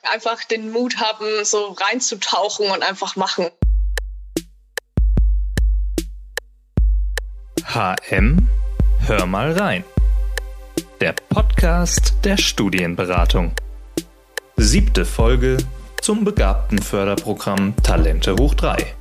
Einfach den Mut haben, so reinzutauchen und einfach machen. HM, hör mal rein. Der Podcast der Studienberatung. 7. Folge zum Begabtenförderprogramm Talente hoch 3.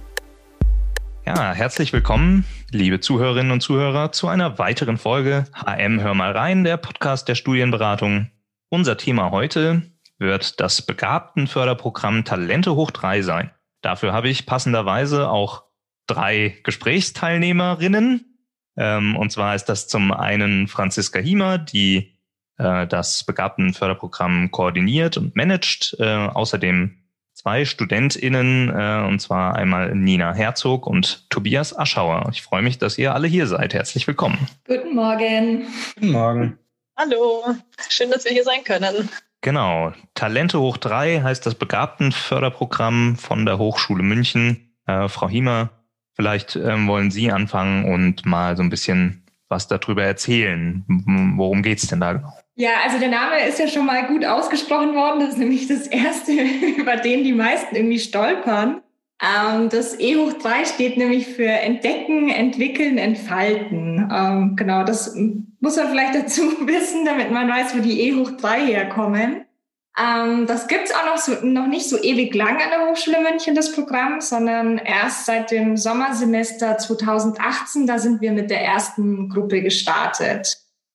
Ja, herzlich willkommen, liebe Zuhörerinnen und Zuhörer, zu einer weiteren Folge HM, hör mal rein, der Podcast der Studienberatung. Unser Thema heute wird das Begabtenförderprogramm Talente hoch 3 sein. Dafür habe ich passenderweise auch 3 Gesprächsteilnehmerinnen. Und zwar ist das zum einen Franziska Hiemer, die das Begabtenförderprogramm koordiniert und managt. Außerdem 2 StudentInnen, und zwar einmal Nina Herzog und Tobias Aschauer. Ich freue mich, dass ihr alle hier seid. Herzlich willkommen. Guten Morgen. Guten Morgen. Hallo, schön, dass wir hier sein können. Genau, Talente hoch 3 heißt das Begabtenförderprogramm von der Hochschule München. Frau Hiemer, vielleicht wollen Sie anfangen und mal so ein bisschen was darüber erzählen. Worum geht's denn da genau? Ja, also der Name ist ja schon mal gut ausgesprochen worden. Das ist nämlich das Erste, über den die meisten irgendwie stolpern. Das E hoch 3 steht nämlich für Entdecken, Entwickeln, Entfalten. Genau, das muss man vielleicht dazu wissen, damit man weiß, wo die E hoch 3 herkommen. Das gibt's auch noch nicht so ewig lang an der Hochschule München, das Programm, sondern erst seit dem Sommersemester 2018, da sind wir mit der ersten Gruppe gestartet.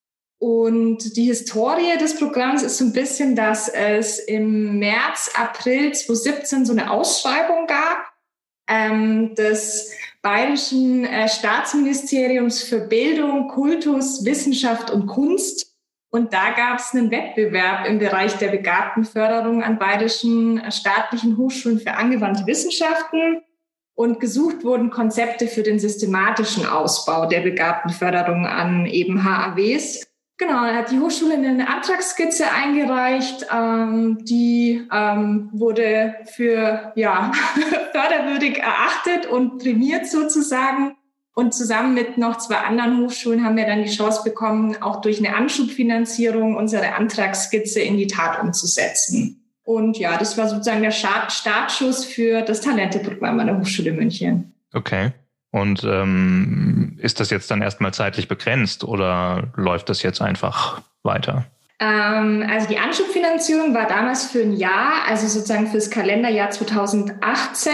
Und die Historie des Programms ist so ein bisschen, dass es im März, April 2017 so eine Ausschreibung gab des Bayerischen Staatsministeriums für Bildung, Kultus, Wissenschaft und Kunst. Und da gab es einen Wettbewerb im Bereich der Begabtenförderung an bayerischen staatlichen Hochschulen für angewandte Wissenschaften. Und gesucht wurden Konzepte für den systematischen Ausbau der Begabtenförderung an eben HAWs. Genau, da hat die Hochschule eine Antragsskizze eingereicht, die wurde für förderwürdig erachtet und prämiert sozusagen. Und zusammen mit noch 2 anderen Hochschulen haben wir dann die Chance bekommen, auch durch eine Anschubfinanzierung unsere Antragsskizze in die Tat umzusetzen. Und ja, das war sozusagen der Startschuss für das Talenteprogramm an der Hochschule München. Okay. Und ist das jetzt dann erstmal zeitlich begrenzt oder läuft das jetzt einfach weiter? Also die Anschubfinanzierung war damals für ein Jahr, also sozusagen fürs Kalenderjahr 2018.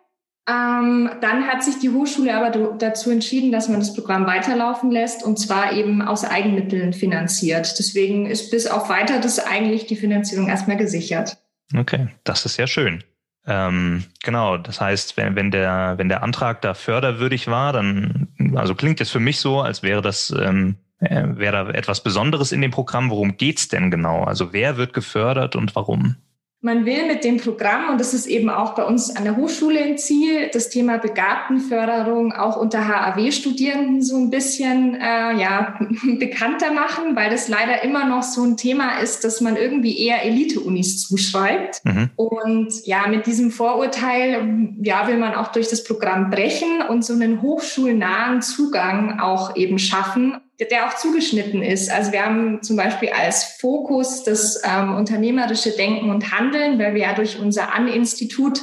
Dann hat sich die Hochschule aber dazu entschieden, dass man das Programm weiterlaufen lässt und zwar eben aus Eigenmitteln finanziert. Deswegen ist bis auf Weiteres eigentlich die Finanzierung erstmal gesichert. Okay, das ist ja schön. Genau, das heißt, wenn der Antrag da förderwürdig war, dann, also klingt es für mich so, als wäre das wäre da etwas Besonderes in dem Programm. Worum geht's denn genau? Also wer wird gefördert und warum? Man will mit dem Programm, und das ist eben auch bei uns an der Hochschule ein Ziel, das Thema Begabtenförderung auch unter HAW-Studierenden so ein bisschen bekannter machen, weil das leider immer noch so ein Thema ist, dass man irgendwie eher Elite-Unis zuschreibt. Mhm. Und ja, mit diesem Vorurteil will man auch durch das Programm brechen und so einen hochschulnahen Zugang auch eben schaffen, der auch zugeschnitten ist. Also wir haben zum Beispiel als Fokus das unternehmerische Denken und Handeln, weil wir ja durch unser An-Institut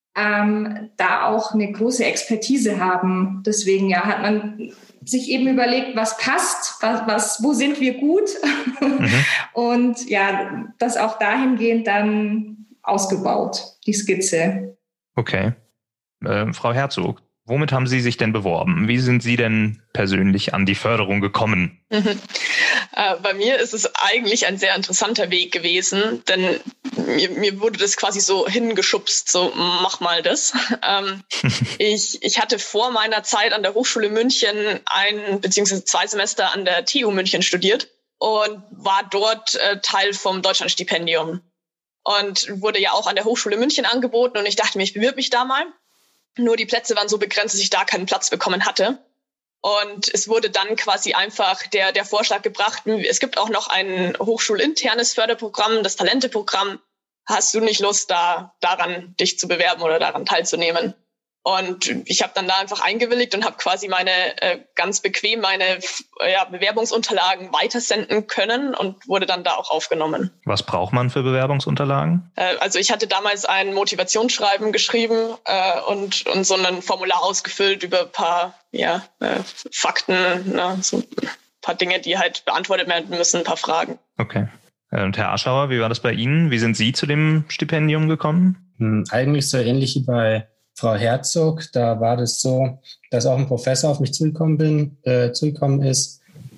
da auch eine große Expertise haben. Deswegen hat man sich eben überlegt, was passt, wo sind wir gut und das auch dahingehend dann ausgebaut, die Skizze. Okay. Frau Herzog, womit haben Sie sich denn beworben? Wie sind Sie denn persönlich an die Förderung gekommen? Bei mir ist es eigentlich ein sehr interessanter Weg gewesen, denn mir wurde das quasi so hingeschubst, so mach mal das. Ich hatte vor meiner Zeit an der Hochschule München 2 Semester an der TU München studiert und war dort Teil vom Deutschlandstipendium und wurde ja auch an der Hochschule München angeboten und ich dachte mir, ich bewirb mich da mal. Nur die Plätze waren so begrenzt, dass ich da keinen Platz bekommen hatte. Und es wurde dann quasi einfach der Vorschlag gebracht, es gibt auch noch ein hochschulinternes Förderprogramm, das Talenteprogramm. Hast du nicht Lust, daran dich zu bewerben oder daran teilzunehmen? Und ich habe dann da einfach eingewilligt und habe quasi ganz bequem meine Bewerbungsunterlagen weitersenden können und wurde dann da auch aufgenommen. Was braucht man für Bewerbungsunterlagen? Also ich hatte damals ein Motivationsschreiben geschrieben und so ein Formular ausgefüllt über ein paar Fakten, so ein paar Dinge, die halt beantwortet werden müssen, ein paar Fragen. Okay. Und Herr Aschauer, wie war das bei Ihnen? Wie sind Sie zu dem Stipendium gekommen? Eigentlich so ähnlich wie bei Frau Herzog. Da war das so, dass auch ein Professor auf mich zugekommen ist.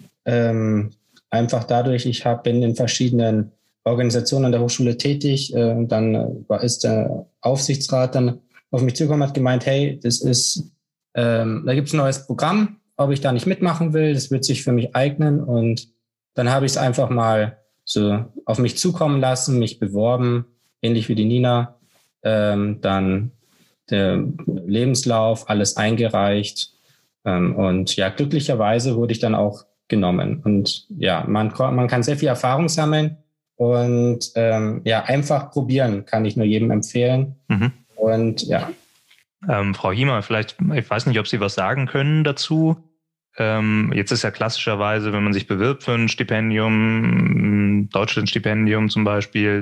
Einfach dadurch, ich bin in verschiedenen Organisationen an der Hochschule tätig. Dann ist der Aufsichtsrat dann auf mich zugekommen und hat gemeint, hey, da gibt es ein neues Programm, ob ich da nicht mitmachen will. Das wird sich für mich eignen. Und dann habe ich es einfach mal so auf mich zukommen lassen, mich beworben, ähnlich wie die Nina. Dann der Lebenslauf, alles eingereicht. Und ja, glücklicherweise wurde ich dann auch genommen. Und ja, man kann sehr viel Erfahrung sammeln und einfach probieren, kann ich nur jedem empfehlen. Mhm. Und ja. Frau Hiemer, vielleicht, ich weiß nicht, ob Sie was sagen können dazu. Jetzt ist ja klassischerweise, wenn man sich bewirbt für ein Stipendium, Deutschlandstipendium zum Beispiel,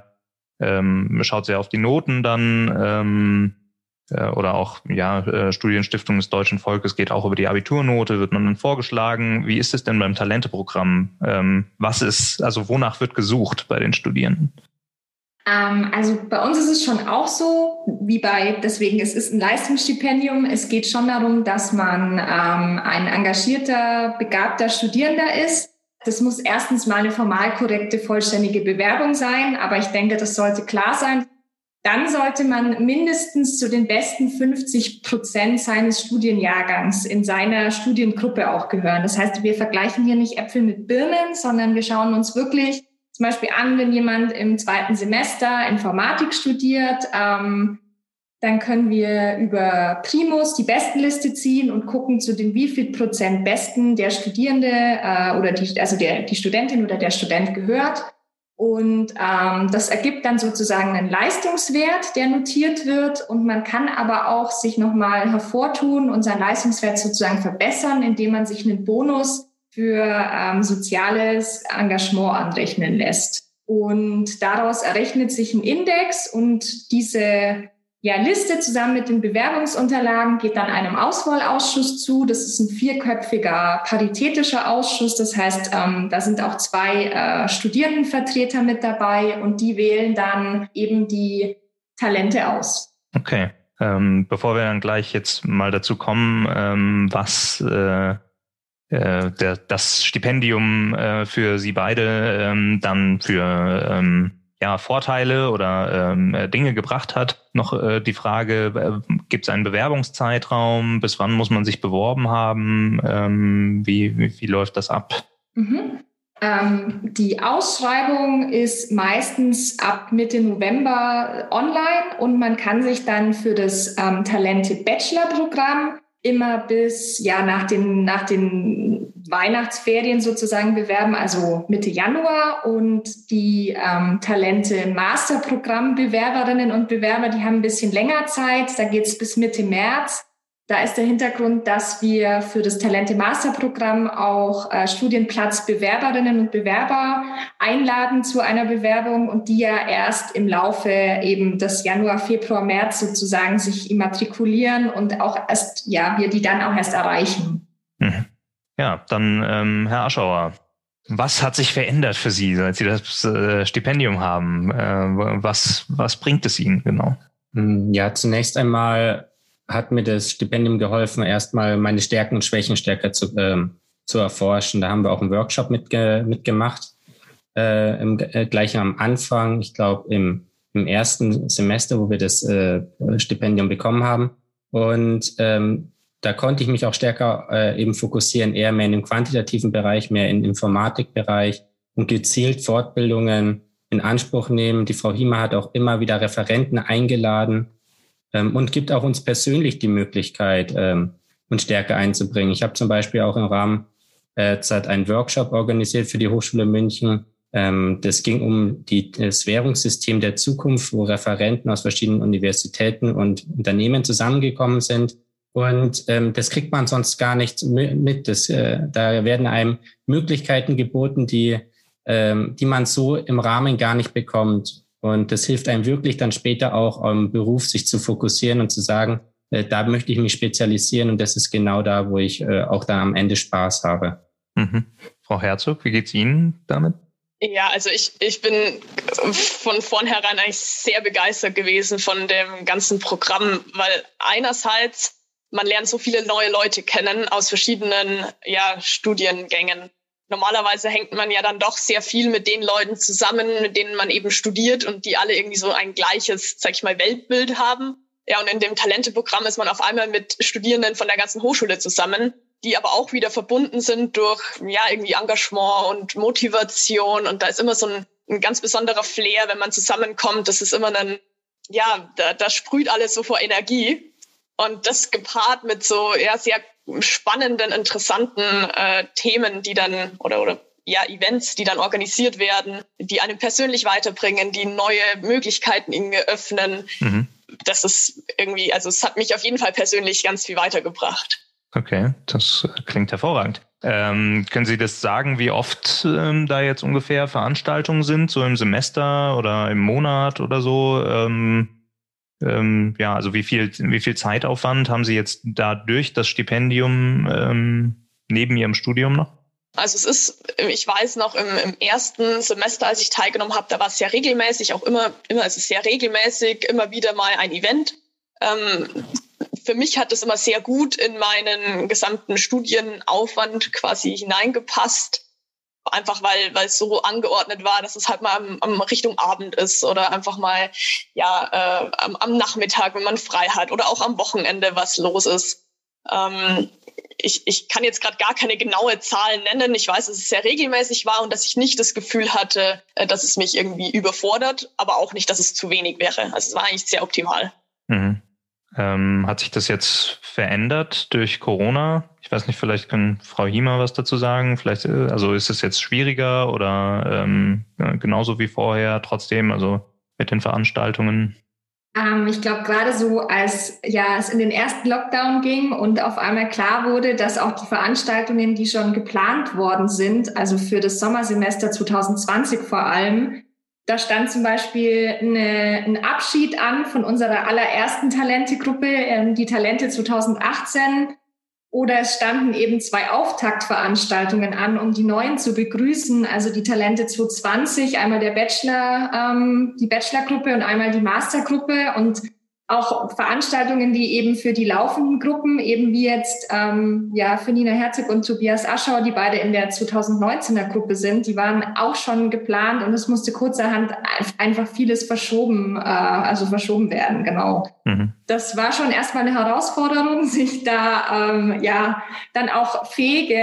schaut sehr auf die Noten dann, oder auch Studienstiftung des deutschen Volkes geht auch über die Abiturnote, wird man dann vorgeschlagen. Wie ist es denn beim Talente-Programm? Wonach wird gesucht bei den Studierenden? Also bei uns ist es schon auch so, deswegen es ist ein Leistungsstipendium. Es geht schon darum, dass man ein engagierter, begabter Studierender ist. Das muss erstens mal eine formal korrekte, vollständige Bewerbung sein, aber ich denke, das sollte klar sein. Dann sollte man mindestens zu den besten 50% seines Studienjahrgangs in seiner Studiengruppe auch gehören. Das heißt, wir vergleichen hier nicht Äpfel mit Birnen, sondern wir schauen uns wirklich zum Beispiel an, wenn jemand im 2. Semester Informatik studiert, dann können wir über Primus die Bestenliste ziehen und gucken zu den wie viel Prozent Besten der Studierende die Studentin oder der Student gehört. Und das ergibt dann sozusagen einen Leistungswert, der notiert wird. Und man kann aber auch sich nochmal hervortun und seinen Leistungswert sozusagen verbessern, indem man sich einen Bonus für soziales Engagement anrechnen lässt. Und daraus errechnet sich ein Index und diese Liste zusammen mit den Bewerbungsunterlagen geht dann einem Auswahlausschuss zu. Das ist ein 4-köpfiger paritätischer Ausschuss. Das heißt, da sind auch 2 Studierendenvertreter mit dabei und die wählen dann eben die Talente aus. Okay. Bevor wir dann gleich jetzt mal dazu kommen, was das Stipendium für Sie beide dann für Vorteile oder Dinge gebracht hat. Noch die Frage, gibt es einen Bewerbungszeitraum? Bis wann muss man sich beworben haben? Wie läuft das ab? Mhm. Die Ausschreibung ist meistens ab Mitte November online und man kann sich dann für das Talente-Bachelor-Programm immer bis nach den Weihnachtsferien sozusagen bewerben, also Mitte Januar. Und die Talente-Masterprogramm-Bewerberinnen und Bewerber, die haben ein bisschen länger Zeit. Da geht es bis Mitte März. Da ist der Hintergrund, dass wir für das Talente-Masterprogramm auch Studienplatzbewerberinnen und Bewerber einladen zu einer Bewerbung und die ja erst im Laufe eben des Januar, Februar, März sozusagen sich immatrikulieren und auch erst, wir die dann auch erst erreichen. Mhm. Ja, dann Herr Aschauer, was hat sich verändert für Sie, seit Sie das Stipendium haben? Was bringt es Ihnen genau? Ja, zunächst einmal hat mir das Stipendium geholfen, erstmal meine Stärken und Schwächen stärker zu erforschen. Da haben wir auch einen Workshop mitgemacht, gleich am Anfang, ich glaube im ersten Semester, wo wir das Stipendium bekommen haben. Und da konnte ich mich auch stärker eben fokussieren, eher mehr in dem quantitativen Bereich, mehr im Informatikbereich und gezielt Fortbildungen in Anspruch nehmen. Die Frau Hiemer hat auch immer wieder Referenten eingeladen, und gibt auch uns persönlich die Möglichkeit, uns stärker einzubringen. Ich habe zum Beispiel auch im Rahmen einen Workshop organisiert für die Hochschule München, Das ging um das Währungssystem der Zukunft, wo Referenten aus verschiedenen Universitäten und Unternehmen zusammengekommen sind. Und das kriegt man sonst gar nicht mit. Da werden einem Möglichkeiten geboten, die man so im Rahmen gar nicht bekommt. Und das hilft einem wirklich dann später auch im Beruf, sich zu fokussieren und zu sagen, da möchte ich mich spezialisieren und das ist genau da, wo ich auch dann am Ende Spaß habe. Mhm. Frau Herzog, wie geht's Ihnen damit? Ja, also ich bin von vornherein eigentlich sehr begeistert gewesen von dem ganzen Programm, weil einerseits man lernt so viele neue Leute kennen aus verschiedenen Studiengängen. Normalerweise hängt man ja dann doch sehr viel mit den Leuten zusammen, mit denen man eben studiert und die alle irgendwie so ein gleiches, sag ich mal, Weltbild haben. Ja, und in dem Talenteprogramm ist man auf einmal mit Studierenden von der ganzen Hochschule zusammen, die aber auch wieder verbunden sind durch irgendwie Engagement und Motivation. Und da ist immer so ein ganz besonderer Flair, wenn man zusammenkommt. Das ist immer da sprüht alles so vor Energie. Und das gepaart mit so sehr spannenden, interessanten Themen, die dann oder Events, die dann organisiert werden, die einem persönlich weiterbringen, die neue Möglichkeiten irgendwie öffnen. Mhm. Das ist irgendwie, also es hat mich auf jeden Fall persönlich ganz viel weitergebracht. Okay, das klingt hervorragend. Können Sie das sagen, wie oft da jetzt ungefähr Veranstaltungen sind, so im Semester oder im Monat oder so? Also wie viel Zeitaufwand haben Sie jetzt da durch das Stipendium neben Ihrem Studium noch? Also ich weiß noch, im ersten Semester, als ich teilgenommen habe, da war es sehr regelmäßig, auch immer sehr regelmäßig, immer wieder mal ein Event. Für mich hat es immer sehr gut in meinen gesamten Studienaufwand quasi hineingepasst. Einfach weil es so angeordnet war, dass es halt mal am Richtung Abend ist oder einfach mal am Nachmittag, wenn man frei hat oder auch am Wochenende was los ist. Ich kann jetzt gerade gar keine genaue Zahl nennen. Ich weiß, dass es sehr regelmäßig war und dass ich nicht das Gefühl hatte, dass es mich irgendwie überfordert, aber auch nicht, dass es zu wenig wäre. Also es war eigentlich sehr optimal. Mhm. Hat sich das jetzt verändert durch Corona? Ich weiß nicht, vielleicht kann Frau Hiemer was dazu sagen. Vielleicht, also ist es jetzt schwieriger oder genauso wie vorher trotzdem, also mit den Veranstaltungen? Ich glaube, gerade so, als es in den ersten Lockdown ging und auf einmal klar wurde, dass auch die Veranstaltungen, die schon geplant worden sind, also für das Sommersemester 2020 vor allem, da stand zum Beispiel ein Abschied an von unserer allerersten Talente-Gruppe, die Talente 2018. Oder es standen eben 2 Auftaktveranstaltungen an, um die Neuen zu begrüßen. Also die Talente 2020, einmal die Bachelorgruppe und einmal die Mastergruppe. Und auch Veranstaltungen, die eben für die laufenden Gruppen, eben wie jetzt für Nina Herzog und Tobias Aschau, die beide in der 2019er Gruppe sind, die waren auch schon geplant und es musste kurzerhand einfach vieles verschoben werden, genau. Mhm. Das war schon erstmal eine Herausforderung, sich da dann auch fähige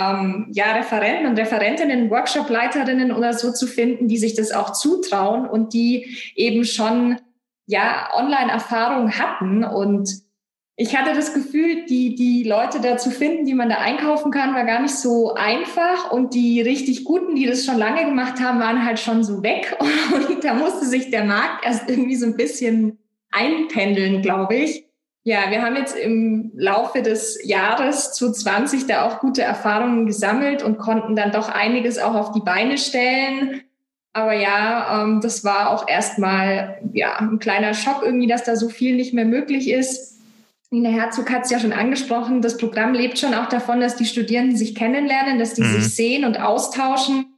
Referenten und Referentinnen, Workshopleiterinnen oder so zu finden, die sich das auch zutrauen und die eben schon Online-Erfahrung hatten. Und ich hatte das Gefühl, die Leute da zu finden, die man da einkaufen kann, war gar nicht so einfach. Und die richtig Guten, die das schon lange gemacht haben, waren halt schon so weg. Und da musste sich der Markt erst irgendwie so ein bisschen einpendeln, glaube ich. Ja, wir haben jetzt im Laufe des Jahres 2020 da auch gute Erfahrungen gesammelt und konnten dann doch einiges auch auf die Beine stellen. Aber das war auch erstmal ein kleiner Schock irgendwie, dass da so viel nicht mehr möglich ist. Nina Herzog hat es ja schon angesprochen, das Programm lebt schon auch davon, dass die Studierenden sich kennenlernen, dass die sich sehen und austauschen.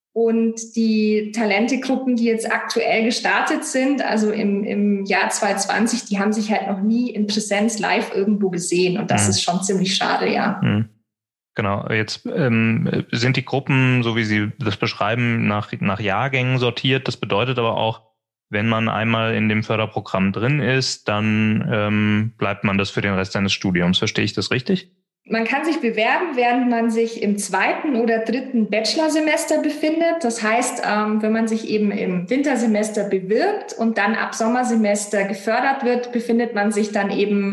Und die Talentegruppen, die jetzt aktuell gestartet sind, also im Jahr 2020, die haben sich halt noch nie in Präsenz live irgendwo gesehen. Und das ist schon ziemlich schade, ja. Mhm. Genau, jetzt sind die Gruppen, so wie Sie das beschreiben, nach Jahrgängen sortiert. Das bedeutet aber auch, wenn man einmal in dem Förderprogramm drin ist, dann bleibt man das für den Rest seines Studiums. Verstehe ich das richtig? Man kann sich bewerben, während man sich im 2. oder 3. Bachelorsemester befindet. Das heißt, wenn man sich eben im Wintersemester bewirbt und dann ab Sommersemester gefördert wird, befindet man sich dann eben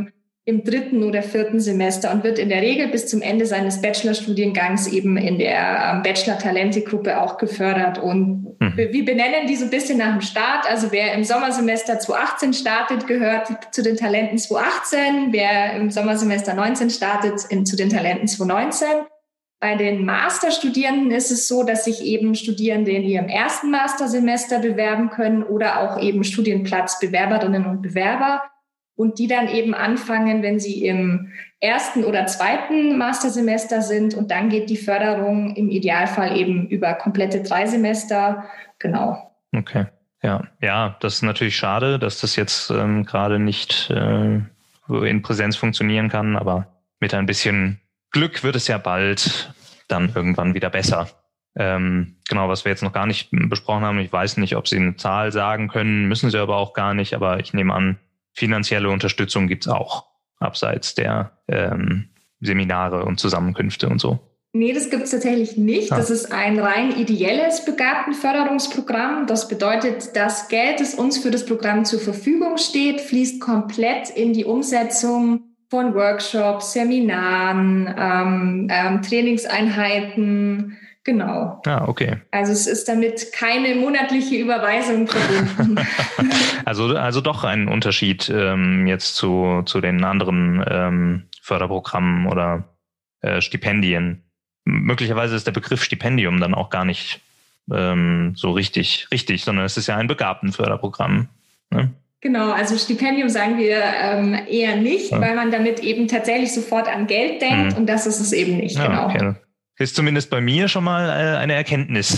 im 3. oder 4. Semester und wird in der Regel bis zum Ende seines Bachelorstudiengangs eben in der Bachelor-Talente-Gruppe auch gefördert. Und wir benennen die so ein bisschen nach dem Start. Also wer im Sommersemester 2018 startet, gehört zu den Talenten 2018. Wer im Sommersemester 19 startet, zu den Talenten 2019. Bei den Masterstudierenden ist es so, dass sich eben Studierende in ihrem ersten Mastersemester bewerben können oder auch eben Studienplatzbewerberinnen und Bewerber. Und die dann eben anfangen, wenn sie im 1. oder 2. Mastersemester sind. Und dann geht die Förderung im Idealfall eben über komplette 3 Semester. Genau. Okay. Ja, das ist natürlich schade, dass das jetzt gerade nicht in Präsenz funktionieren kann. Aber mit ein bisschen Glück wird es ja bald dann irgendwann wieder besser. Genau, was wir jetzt noch gar nicht besprochen haben. Ich weiß nicht, ob Sie eine Zahl sagen können. Müssen Sie aber auch gar nicht. Aber ich nehme an, finanzielle Unterstützung gibt's auch, abseits der Seminare und Zusammenkünfte und so. Nee, das gibt's tatsächlich nicht. Das ist ein rein ideelles Begabtenförderungsprogramm. Das bedeutet, das Geld, das uns für das Programm zur Verfügung steht, fließt komplett in die Umsetzung von Workshops, Seminaren, Trainingseinheiten. Genau. Okay. Also es ist damit keine monatliche Überweisung verbunden. Also doch ein Unterschied jetzt zu den anderen Förderprogrammen oder Stipendien. Möglicherweise ist der Begriff Stipendium dann auch gar nicht so richtig, sondern es ist ja ein Begabtenförderprogramm. Ne? Genau, also Stipendium sagen wir eher nicht, weil man damit eben tatsächlich sofort an Geld denkt und das ist es eben nicht. Genau. Okay. Ist zumindest bei mir schon mal eine Erkenntnis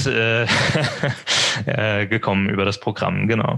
gekommen über das Programm, genau.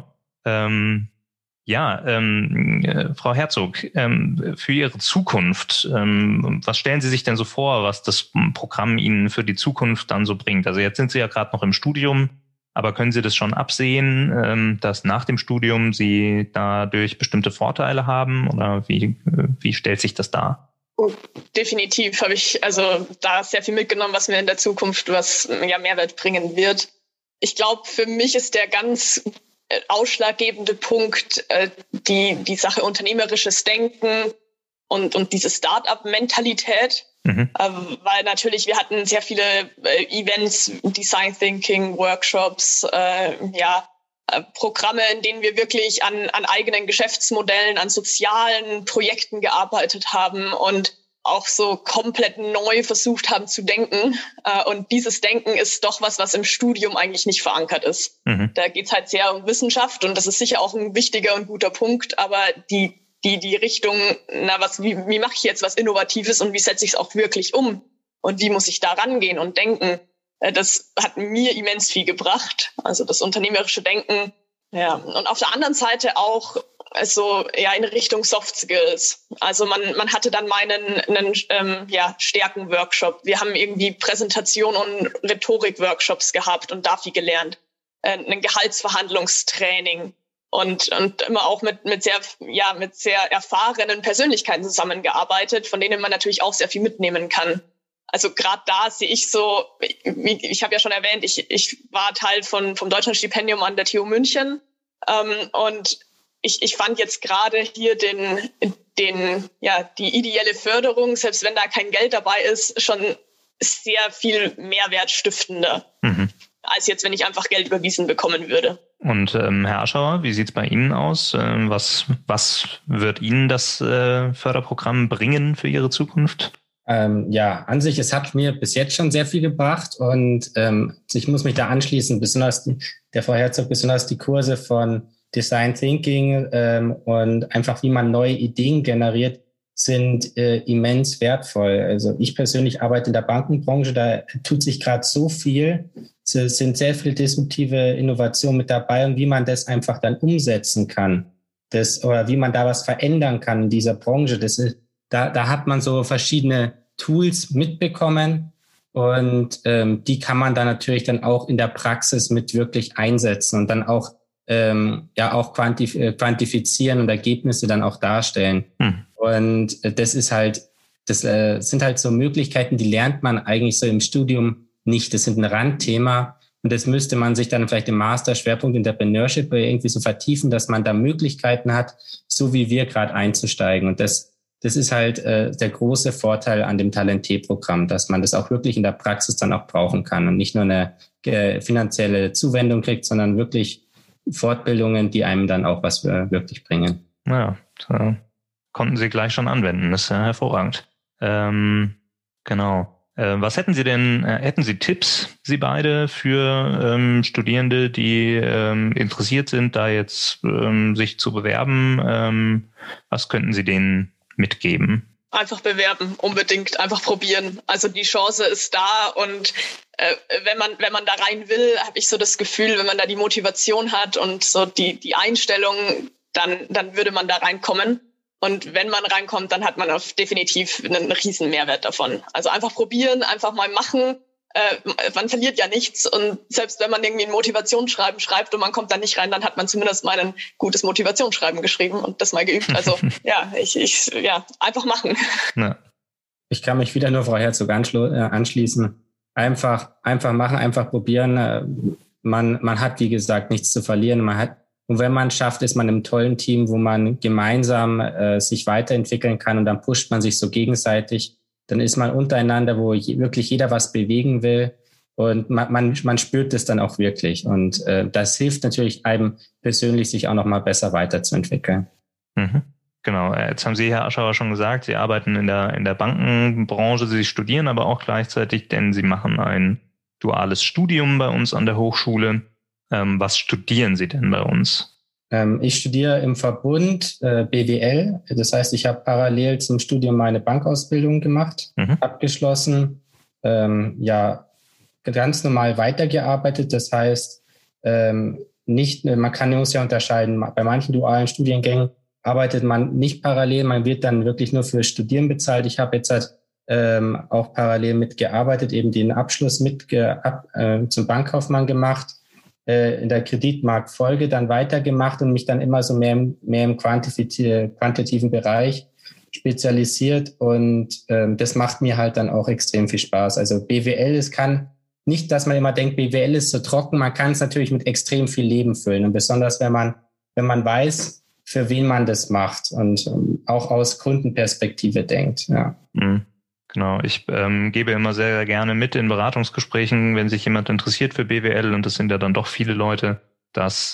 Frau Herzog, für Ihre Zukunft, was stellen Sie sich denn so vor, was das Programm Ihnen für die Zukunft dann so bringt? Also jetzt sind Sie ja gerade noch im Studium, aber können Sie das schon absehen, dass nach dem Studium Sie dadurch bestimmte Vorteile haben oder wie stellt sich das dar? Definitiv habe ich da sehr viel mitgenommen, was mir in der Zukunft Mehrwert bringen wird. Ich glaube, für mich ist der ganz ausschlaggebende Punkt die Sache unternehmerisches Denken und diese Start-up-Mentalität. Weil natürlich, wir hatten sehr viele Events, Design Thinking, Workshops, Programme, in denen wir wirklich an eigenen Geschäftsmodellen, an sozialen Projekten gearbeitet haben und auch so komplett neu versucht haben zu denken. Und dieses Denken ist doch was im Studium eigentlich nicht verankert ist. Da geht's halt sehr um Wissenschaft und das ist sicher auch ein wichtiger und guter Punkt, aber die Richtung, wie mache ich jetzt was Innovatives und wie setze ich es auch wirklich um? Und wie muss ich da rangehen und denken? Das hat mir immens viel gebracht. Also das unternehmerische Denken. Ja. Und auf der anderen Seite auch in Richtung Soft Skills. Also man hatte dann einen Stärken-Workshop. Wir haben irgendwie Präsentation- und Rhetorik-Workshops gehabt und da viel gelernt. Ein Gehaltsverhandlungstraining und immer auch mit sehr erfahrenen Persönlichkeiten zusammengearbeitet, von denen man natürlich auch sehr viel mitnehmen kann. Also gerade da sehe ich so, ich habe ja schon erwähnt, ich war Teil vom Deutschlandstipendium an der TU München und ich fand jetzt gerade hier die ideelle Förderung, selbst wenn da kein Geld dabei ist, schon sehr viel Mehrwert stiftender, als jetzt, wenn ich einfach Geld überwiesen bekommen würde. Und Herr Aschauer, wie sieht's bei Ihnen aus? Was wird Ihnen das Förderprogramm bringen für Ihre Zukunft? An sich, es hat mir bis jetzt schon sehr viel gebracht und ich muss mich da anschließen, besonders der Frau Herzog, besonders die Kurse von Design Thinking und einfach wie man neue Ideen generiert, sind immens wertvoll. Also ich persönlich arbeite in der Bankenbranche, da tut sich gerade so viel, es sind sehr viele disruptive Innovationen mit dabei und wie man das einfach dann umsetzen kann, oder wie man da was verändern kann in dieser Branche, da hat man so verschiedene Tools mitbekommen und die kann man dann natürlich dann auch in der Praxis mit wirklich einsetzen und dann auch quantifizieren und Ergebnisse dann auch darstellen. Und das sind halt so Möglichkeiten, die lernt man eigentlich so im Studium nicht. Das sind ein Randthema und das müsste man sich dann vielleicht im Master Schwerpunkt Entrepreneurship irgendwie so vertiefen, dass man da Möglichkeiten hat, so wie wir gerade einzusteigen. Und das das ist halt der große Vorteil an dem Talent-Programm, dass man das auch wirklich in der Praxis dann auch brauchen kann und nicht nur eine finanzielle Zuwendung kriegt, sondern wirklich Fortbildungen, die einem dann auch was wirklich bringen. Ja, da konnten Sie gleich schon anwenden. Das ist ja hervorragend. Genau. Was hätten Sie denn, hätten Sie Tipps, Sie beide, für Studierende, die interessiert sind, da jetzt sich zu bewerben? Was könnten Sie denen mitgeben? Einfach bewerben, unbedingt, einfach probieren. Also die Chance ist da und wenn man da rein will, habe ich so das Gefühl, wenn man da die Motivation hat und so die Einstellung, dann würde man da reinkommen. Und wenn man reinkommt, dann hat man definitiv einen riesen Mehrwert davon. Also einfach probieren, einfach mal machen. Man verliert ja nichts. Und selbst wenn man irgendwie ein Motivationsschreiben schreibt und man kommt da nicht rein, dann hat man zumindest mal ein gutes Motivationsschreiben geschrieben und das mal geübt. Also ja, einfach machen. Ja. Ich kann mich wieder nur Frau Herzog anschließen. Einfach machen, einfach probieren. Man hat, wie gesagt, nichts zu verlieren. Und wenn man es schafft, ist man im tollen Team, wo man gemeinsam sich weiterentwickeln kann und dann pusht man sich so gegenseitig. Dann ist man untereinander, wo wirklich jeder was bewegen will und man spürt es dann auch wirklich. Und das hilft natürlich einem persönlich, sich auch noch mal besser weiterzuentwickeln. Mhm. Genau, jetzt haben Sie, Herr Aschauer, schon gesagt, Sie arbeiten in der Bankenbranche, Sie studieren aber auch gleichzeitig, denn Sie machen ein duales Studium bei uns an der Hochschule. Was studieren Sie denn bei uns? Ich studiere im Verbund BWL. Das heißt, ich habe parallel zum Studium meine Bankausbildung gemacht, abgeschlossen, ganz normal weitergearbeitet. Das heißt, man muss ja unterscheiden, bei manchen dualen Studiengängen arbeitet man nicht parallel, man wird dann wirklich nur für Studieren bezahlt. Ich habe jetzt auch parallel mitgearbeitet, eben den Abschluss zum Bankkaufmann gemacht, in der Kreditmarktfolge dann weitergemacht und mich dann immer so mehr im quantitativen Bereich spezialisiert und das macht mir halt dann auch extrem viel Spaß. Also BWL, es kann nicht, dass man immer denkt, BWL ist so trocken, man kann es natürlich mit extrem viel Leben füllen und besonders wenn man weiß, für wen man das macht und auch aus Kundenperspektive denkt. Ja. Genau, ich gebe immer sehr, sehr gerne mit in Beratungsgesprächen, wenn sich jemand interessiert für BWL, und das sind ja dann doch viele Leute, dass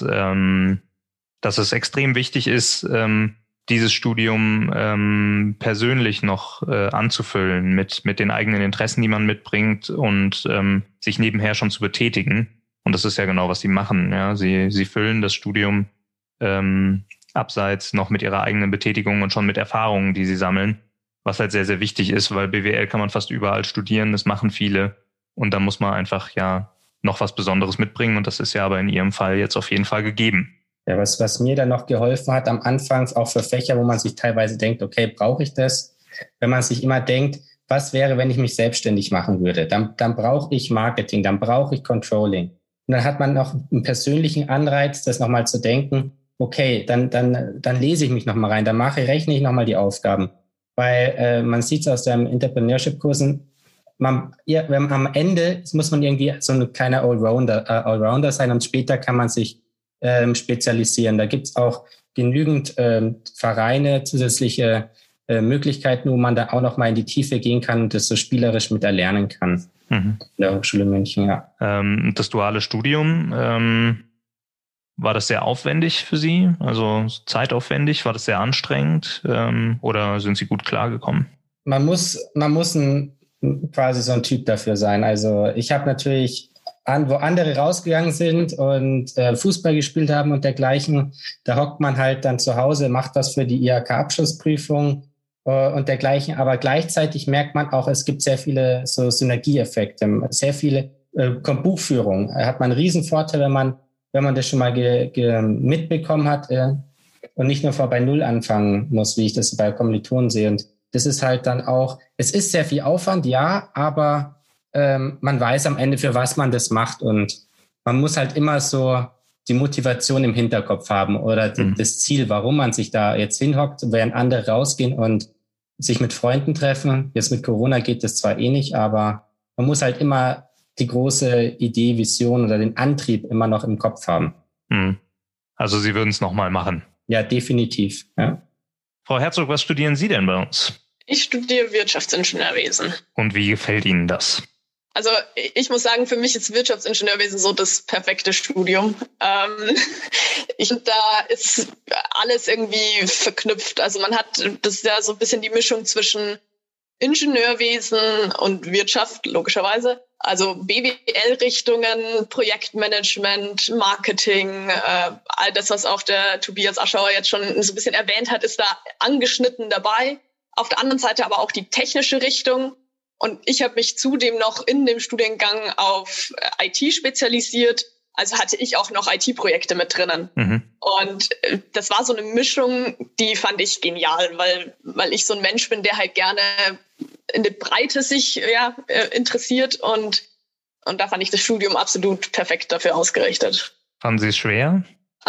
es extrem wichtig ist, dieses Studium persönlich noch anzufüllen mit den eigenen Interessen, die man mitbringt und sich nebenher schon zu betätigen. Und das ist ja genau, was sie machen. Ja? Sie füllen das Studium abseits noch mit ihrer eigenen Betätigung und schon mit Erfahrungen, die sie sammeln. Was halt sehr, sehr wichtig ist, weil BWL kann man fast überall studieren, das machen viele. Und da muss man einfach noch was Besonderes mitbringen. Und das ist ja aber in Ihrem Fall jetzt auf jeden Fall gegeben. Ja, was mir dann noch geholfen hat am Anfang, auch für Fächer, wo man sich teilweise denkt, okay, brauche ich das? Wenn man sich immer denkt, was wäre, wenn ich mich selbstständig machen würde? Dann brauche ich Marketing, dann brauche ich Controlling. Und dann hat man noch einen persönlichen Anreiz, das nochmal zu denken, okay, dann lese ich mich nochmal rein, dann rechne ich nochmal die Aufgaben. Weil man sieht es aus den Entrepreneurship-Kursen, wenn am Ende muss man irgendwie so ein kleiner Allrounder sein und später kann man sich spezialisieren. Da gibt es auch genügend Vereine, zusätzliche Möglichkeiten, wo man da auch noch mal in die Tiefe gehen kann und das so spielerisch mit erlernen kann. In der Hochschule München, ja. Das duale Studium, war das sehr aufwendig für Sie? Also zeitaufwendig? War das sehr anstrengend? Oder sind Sie gut klargekommen? Man muss quasi so ein Typ dafür sein. Also ich habe natürlich, wo andere rausgegangen sind und Fußball gespielt haben und dergleichen, da hockt man halt dann zu Hause, macht was für die IHK-Abschlussprüfung und dergleichen. Aber gleichzeitig merkt man auch, es gibt sehr viele so Synergieeffekte, sehr viele Buchführung. Da hat man einen riesen Vorteil, wenn man das schon mal mitbekommen hat und nicht nur bei Null anfangen muss, wie ich das bei Kommilitonen sehe. Und das ist halt dann auch, es ist sehr viel Aufwand, ja, aber man weiß am Ende, für was man das macht und man muss halt immer so die Motivation im Hinterkopf haben oder das Ziel, warum man sich da jetzt hinhockt, während andere rausgehen und sich mit Freunden treffen. Jetzt mit Corona geht das zwar eh nicht, aber man muss halt immer die große Idee, Vision oder den Antrieb immer noch im Kopf haben. Also Sie würden es nochmal machen? Ja, definitiv. Ja. Frau Herzog, was studieren Sie denn bei uns? Ich studiere Wirtschaftsingenieurwesen. Und wie gefällt Ihnen das? Also ich muss sagen, für mich ist Wirtschaftsingenieurwesen so das perfekte Studium. Da ist alles irgendwie verknüpft. Also man hat, das ist ja so ein bisschen die Mischung zwischen Ingenieurwesen und Wirtschaft, logischerweise. Also BWL-Richtungen, Projektmanagement, Marketing, all das, was auch der Tobias Aschauer jetzt schon so ein bisschen erwähnt hat, ist da angeschnitten dabei. Auf der anderen Seite aber auch die technische Richtung. Und ich habe mich zudem noch in dem Studiengang auf IT spezialisiert. Also hatte ich auch noch IT-Projekte mit drinnen. Und das war so eine Mischung, die fand ich genial, weil ich so ein Mensch bin, der halt gerne in der Breite sich interessiert. Und da fand ich das Studium absolut perfekt dafür ausgerichtet. Fanden Sie es schwer?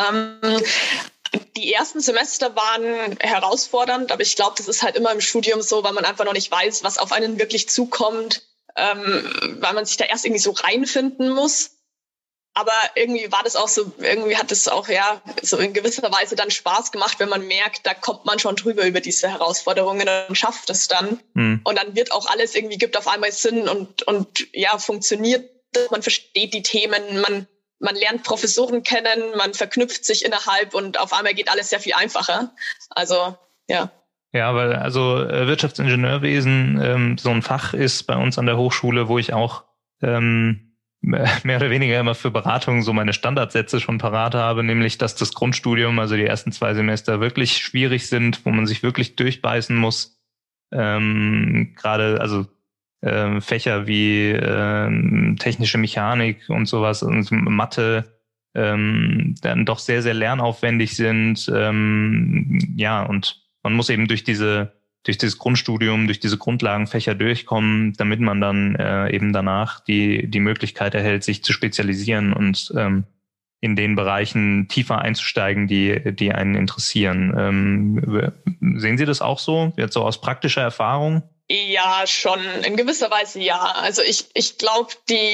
Die ersten Semester waren herausfordernd, aber ich glaube, das ist halt immer im Studium so, weil man einfach noch nicht weiß, was auf einen wirklich zukommt, weil man sich da erst irgendwie so reinfinden muss. Aber irgendwie war das auch so, irgendwie hat es auch so in gewisser Weise dann Spaß gemacht, wenn man merkt, da kommt man schon drüber über diese Herausforderungen und schafft es dann. Und dann wird auch alles irgendwie, gibt auf einmal Sinn und funktioniert. Man versteht die Themen, man lernt Professoren kennen, man verknüpft sich innerhalb und auf einmal geht alles sehr viel einfacher. Also, ja. Ja, weil Wirtschaftsingenieurwesen so ein Fach ist bei uns an der Hochschule, wo ich auch mehr oder weniger immer für Beratung so meine Standardsätze schon parat habe, nämlich, dass das Grundstudium, also die ersten 2 Semester wirklich schwierig sind, wo man sich wirklich durchbeißen muss. Gerade, also Fächer wie technische Mechanik und sowas und Mathe dann doch sehr, sehr lernaufwendig sind. Und man muss eben durch dieses Grundstudium, durch diese Grundlagenfächer durchkommen, damit man dann eben danach die Möglichkeit erhält, sich zu spezialisieren und in den Bereichen tiefer einzusteigen, die einen interessieren. Sehen Sie das auch so, jetzt so aus praktischer Erfahrung? Ja, schon. In gewisser Weise ja. Also ich glaube,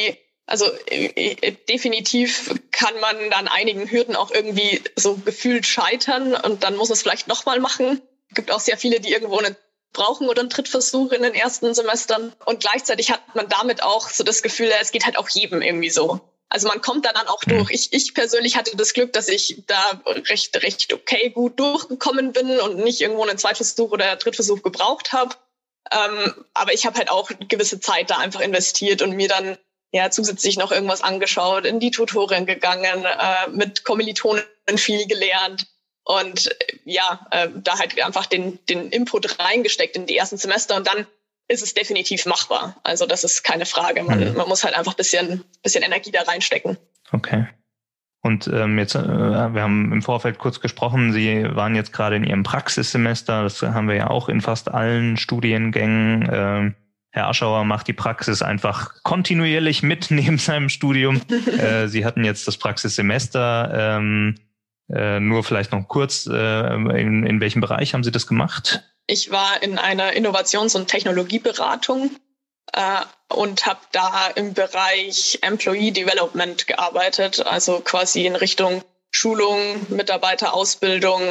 definitiv kann man an einigen Hürden auch irgendwie so gefühlt scheitern und dann muss es vielleicht nochmal machen. Es gibt auch sehr viele, die irgendwo einen brauchen oder einen Drittversuch in den ersten Semestern. Und gleichzeitig hat man damit auch so das Gefühl, es geht halt auch jedem irgendwie so. Also man kommt da dann auch durch. Ich persönlich hatte das Glück, dass ich da recht okay gut durchgekommen bin und nicht irgendwo einen Zweitversuch oder Drittversuch gebraucht habe. Aber ich habe halt auch eine gewisse Zeit da einfach investiert und mir dann zusätzlich noch irgendwas angeschaut, in die Tutorien gegangen, mit Kommilitonen viel gelernt und da halt einfach den Input reingesteckt in die ersten Semester und dann ist es definitiv machbar. Also das ist keine Frage. Man muss halt einfach bisschen Energie da reinstecken. Okay. Und jetzt, wir haben im Vorfeld kurz gesprochen, Sie waren jetzt gerade in Ihrem Praxissemester, das haben wir ja auch in fast allen Studiengängen. Herr Aschauer macht die Praxis einfach kontinuierlich mit neben seinem Studium. Sie hatten jetzt das Praxissemester, nur vielleicht noch kurz, in welchem Bereich haben Sie das gemacht? Ich war in einer Innovations- und Technologieberatung und habe da im Bereich Employee Development gearbeitet, also quasi in Richtung Schulung, Mitarbeiterausbildung,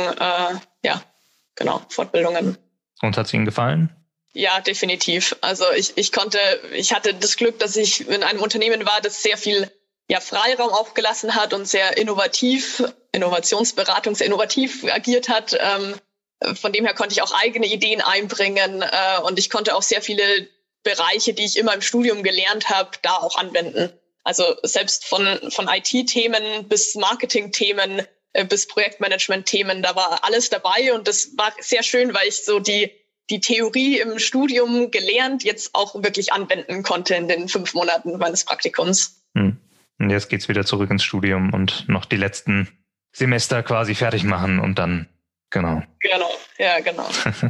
Fortbildungen. Und hat es Ihnen gefallen? Ja, definitiv. Also ich hatte das Glück, dass ich in einem Unternehmen war, das sehr viel Freiraum aufgelassen hat und sehr Innovationsberatung, sehr innovativ agiert hat. Von dem her konnte ich auch eigene Ideen einbringen und ich konnte auch sehr viele Bereiche, die ich immer im Studium gelernt habe, da auch anwenden. Also selbst von IT-Themen bis Marketing-Themen bis Projektmanagement-Themen, da war alles dabei und das war sehr schön, weil ich so die Theorie im Studium gelernt, jetzt auch wirklich anwenden konnte in den 5 Monaten meines Praktikums. Und jetzt geht's wieder zurück ins Studium und noch die letzten Semester quasi fertig machen und dann, genau. Genau.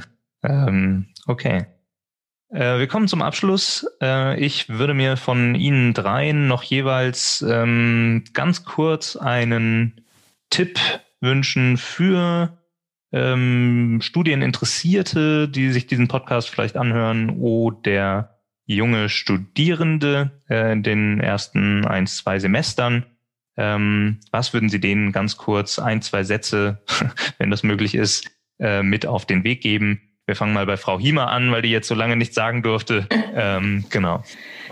Okay. Wir kommen zum Abschluss. Ich würde mir von Ihnen dreien noch jeweils ganz kurz einen Tipp wünschen für Studieninteressierte, die sich diesen Podcast vielleicht anhören, oder junge Studierende in den ersten 1-2 Semestern. Was würden Sie denen ganz kurz 1-2 Sätze, wenn das möglich ist, mit auf den Weg geben? Wir fangen mal bei Frau Hiemer an, weil die jetzt so lange nichts sagen durfte. Genau.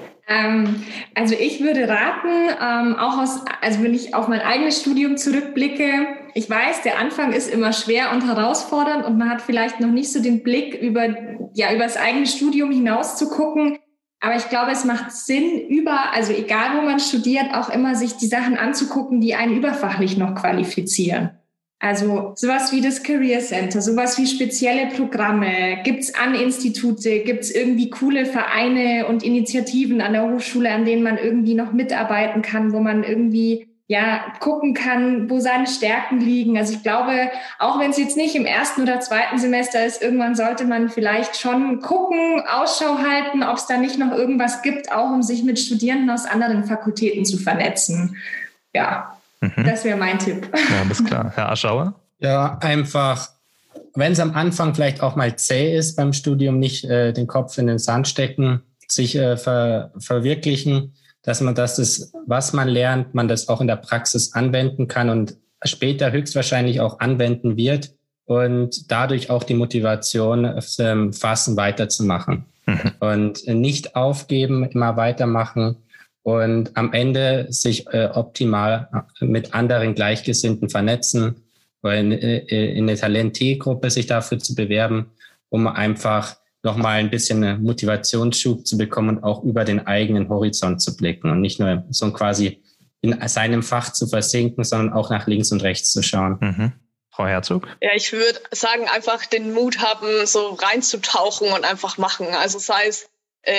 Also ich würde raten, wenn ich auf mein eigenes Studium zurückblicke, ich weiß, der Anfang ist immer schwer und herausfordernd und man hat vielleicht noch nicht so den Blick über das eigene Studium hinaus zu gucken. Aber ich glaube, es macht Sinn, egal wo man studiert, auch immer sich die Sachen anzugucken, die einen überfachlich noch qualifizieren. Also sowas wie das Career Center, sowas wie spezielle Programme, gibt's an Institute, gibt's irgendwie coole Vereine und Initiativen an der Hochschule, an denen man irgendwie noch mitarbeiten kann, wo man irgendwie gucken kann, wo seine Stärken liegen. Also ich glaube, auch wenn es jetzt nicht im 1. oder 2. Semester ist, irgendwann sollte man vielleicht schon gucken, Ausschau halten, ob es da nicht noch irgendwas gibt, auch um sich mit Studierenden aus anderen Fakultäten zu vernetzen. Ja. Das wäre mein Tipp. Ja, alles klar. Herr Aschauer? Ja, einfach, wenn es am Anfang vielleicht auch mal zäh ist beim Studium, nicht den Kopf in den Sand stecken, sich verwirklichen, dass man das, was man lernt, man das auch in der Praxis anwenden kann und später höchstwahrscheinlich auch anwenden wird und dadurch auch die Motivation fassen, weiterzumachen. Und nicht aufgeben, immer weitermachen. Und am Ende sich optimal mit anderen Gleichgesinnten vernetzen oder in eine Talent-T-Gruppe sich dafür zu bewerben, um einfach nochmal ein bisschen einen Motivationsschub zu bekommen und auch über den eigenen Horizont zu blicken und nicht nur so quasi in seinem Fach zu versinken, sondern auch nach links und rechts zu schauen. Frau Herzog? Ja, ich würde sagen, einfach den Mut haben, so reinzutauchen und einfach machen. Also sei es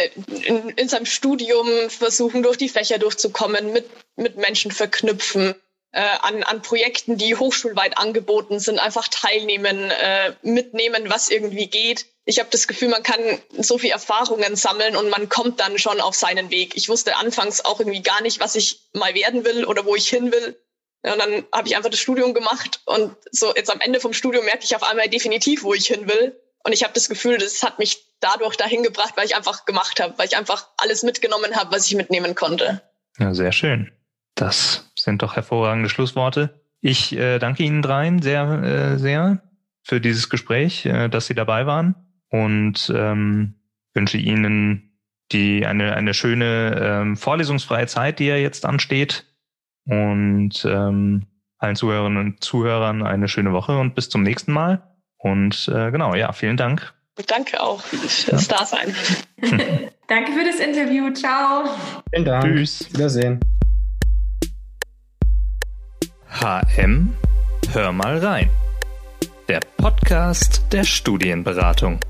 in seinem Studium versuchen, durch die Fächer durchzukommen, mit Menschen verknüpfen, an Projekten, die hochschulweit angeboten sind, einfach teilnehmen, mitnehmen, was irgendwie geht. Ich habe das Gefühl, man kann so viel Erfahrungen sammeln und man kommt dann schon auf seinen Weg. Ich wusste anfangs auch irgendwie gar nicht, was ich mal werden will oder wo ich hin will. Und dann habe ich einfach das Studium gemacht und so jetzt am Ende vom Studium merke ich auf einmal definitiv, wo ich hin will. Und ich habe das Gefühl, das hat mich dadurch dahin gebracht, weil ich einfach gemacht habe, weil ich einfach alles mitgenommen habe, was ich mitnehmen konnte. Ja, sehr schön. Das sind doch hervorragende Schlussworte. Ich danke Ihnen dreien sehr, sehr für dieses Gespräch, dass Sie dabei waren und wünsche Ihnen eine schöne vorlesungsfreie Zeit, die ja jetzt ansteht. Und allen Zuhörerinnen und Zuhörern eine schöne Woche und bis zum nächsten Mal. Und vielen Dank. Danke auch fürs Dasein. Danke für das Interview. Ciao. Vielen Dank. Tschüss. Wiedersehen. HM, hör mal rein. Der Podcast der Studienberatung.